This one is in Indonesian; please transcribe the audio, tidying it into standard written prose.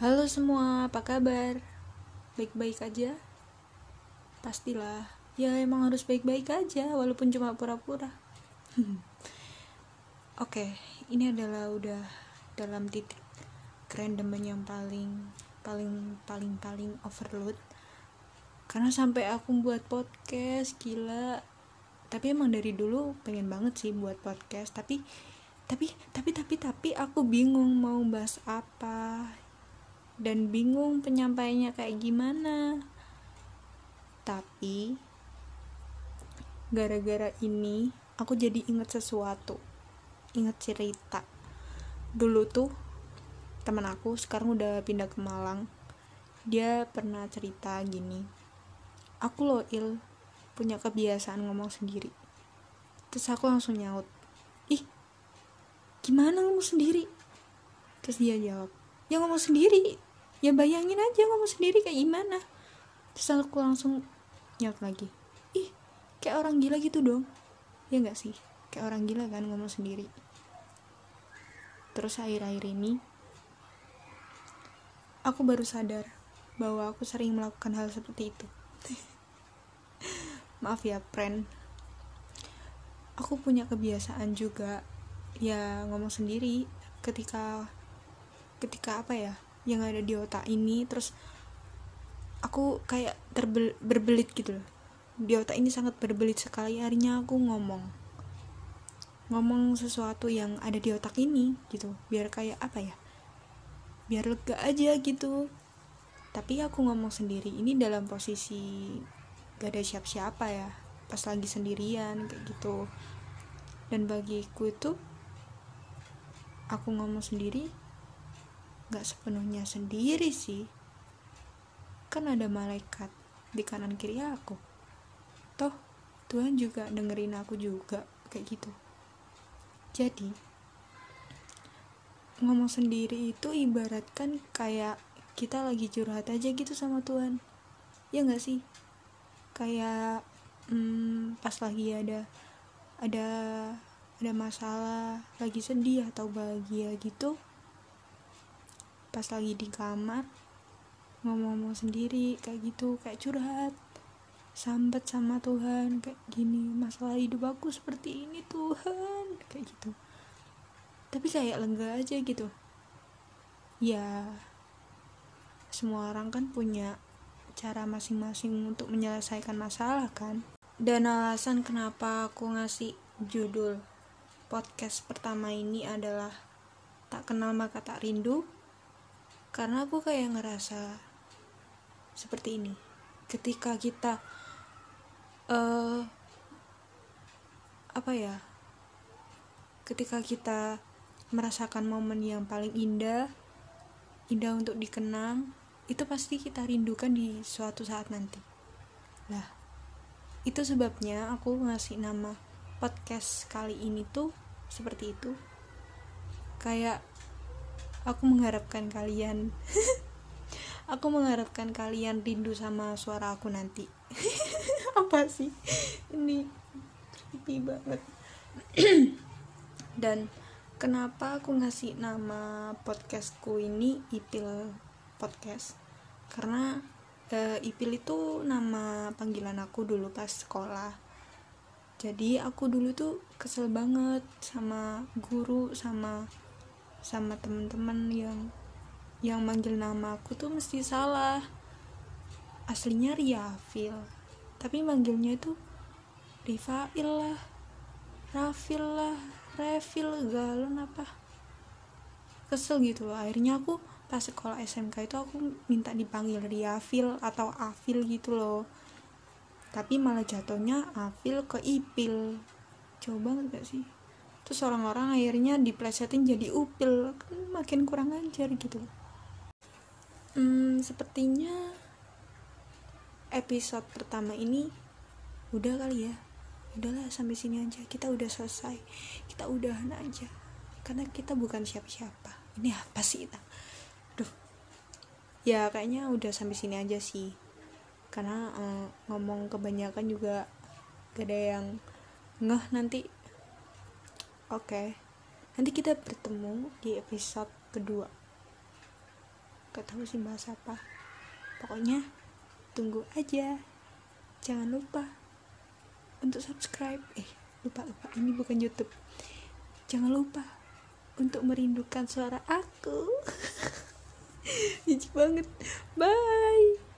Halo semua, apa kabar? Baik-baik aja? Pastilah. Ya emang harus baik-baik aja, walaupun cuma pura-pura. Oke, ini adalah udah dalam titik kerandoman yang paling overload. Karena sampai aku buat podcast, gila. Tapi emang dari dulu pengen banget sih buat podcast, tapi aku bingung mau bahas apa. Dan bingung penyampaiannya kayak gimana. Tapi gara-gara ini aku jadi inget sesuatu, inget cerita. Dulu tuh teman aku sekarang udah pindah ke Malang. Dia pernah cerita gini, aku loh punya kebiasaan ngomong sendiri. Terus aku langsung nyaut, ih gimana ngomong sendiri? Terus dia jawab, ya ngomong sendiri, ya bayangin aja ngomong sendiri kayak gimana. Terus aku langsung nyaut lagi, ih kayak orang gila gitu dong. Ya gak sih, kayak orang gila kan ngomong sendiri. Terus akhir-akhir ini aku baru sadar bahwa aku sering melakukan hal seperti itu. Maaf ya friend, aku punya kebiasaan juga ya ngomong sendiri ketika apa ya yang ada di otak ini. Terus aku kayak berbelit gitu loh, di otak ini sangat berbelit sekali. Harinya aku ngomong sesuatu yang ada di otak ini gitu, biar kayak apa ya, biar lega aja gitu. Tapi aku ngomong sendiri ini dalam posisi gak ada siapa-siapa ya, pas lagi sendirian kayak gitu. Dan bagiku itu aku ngomong sendiri gak sepenuhnya sendiri sih, kan ada malaikat di kanan kiri aku, toh Tuhan juga dengerin aku juga kayak gitu. Jadi ngomong sendiri itu ibaratkan kayak kita lagi curhat aja gitu sama Tuhan, ya gak sih? Kayak pas lagi ada masalah, lagi sedih atau bahagia gitu, pas lagi di kamar ngomong sendiri kayak gitu, kayak curhat sambat sama Tuhan kayak gini, masalah hidup aku seperti ini Tuhan, kayak gitu. Tapi kayak lega aja gitu. Ya semua orang kan punya cara masing-masing untuk menyelesaikan masalah kan. Dan alasan kenapa aku ngasih judul podcast pertama ini adalah tak kenal maka tak rindu, karena aku kayak ngerasa seperti ini. Ketika kita ketika kita merasakan momen yang paling indah untuk dikenang, itu pasti kita rindukan di suatu saat nanti. Lah, itu sebabnya aku ngasih nama podcast kali ini tuh seperti itu. Kayak aku mengharapkan kalian rindu sama suara aku nanti. Apa sih ini, creepy banget. Dan kenapa aku ngasih nama podcastku ini Ipil Podcast? Karena Ipil itu nama panggilan aku dulu pas sekolah. Jadi aku dulu tuh kesel banget sama guru, sama teman-teman yang manggil nama aku tuh mesti salah. Aslinya Riafil, tapi manggilnya itu Rifail lah, Rafil lah, Revil, galon apa, kesel gitu loh. Akhirnya aku pas sekolah SMK itu aku minta dipanggil Riafil atau Afil gitu loh, tapi malah jatuhnya Afil ke Ipil. Jauh banget gak sih? Terus orang-orang akhirnya diplesetin jadi Upil, kan makin kurang ajar gitu. Sepertinya episode pertama ini udah kali ya. Udahlah sampai sini aja, kita udah selesai, kita udahan aja, karena kita bukan siapa-siapa. Ini apa sih kita? Ya kayaknya udah sampai sini aja sih, karena ngomong kebanyakan juga gak ada yang ngeh nanti. Oke, nanti kita bertemu di episode kedua. gak tahu sih bahas apa. Pokoknya tunggu aja. Jangan lupa untuk subscribe. Lupa, ini bukan YouTube. Jangan lupa untuk merindukan suara aku. Jijik banget. Bye.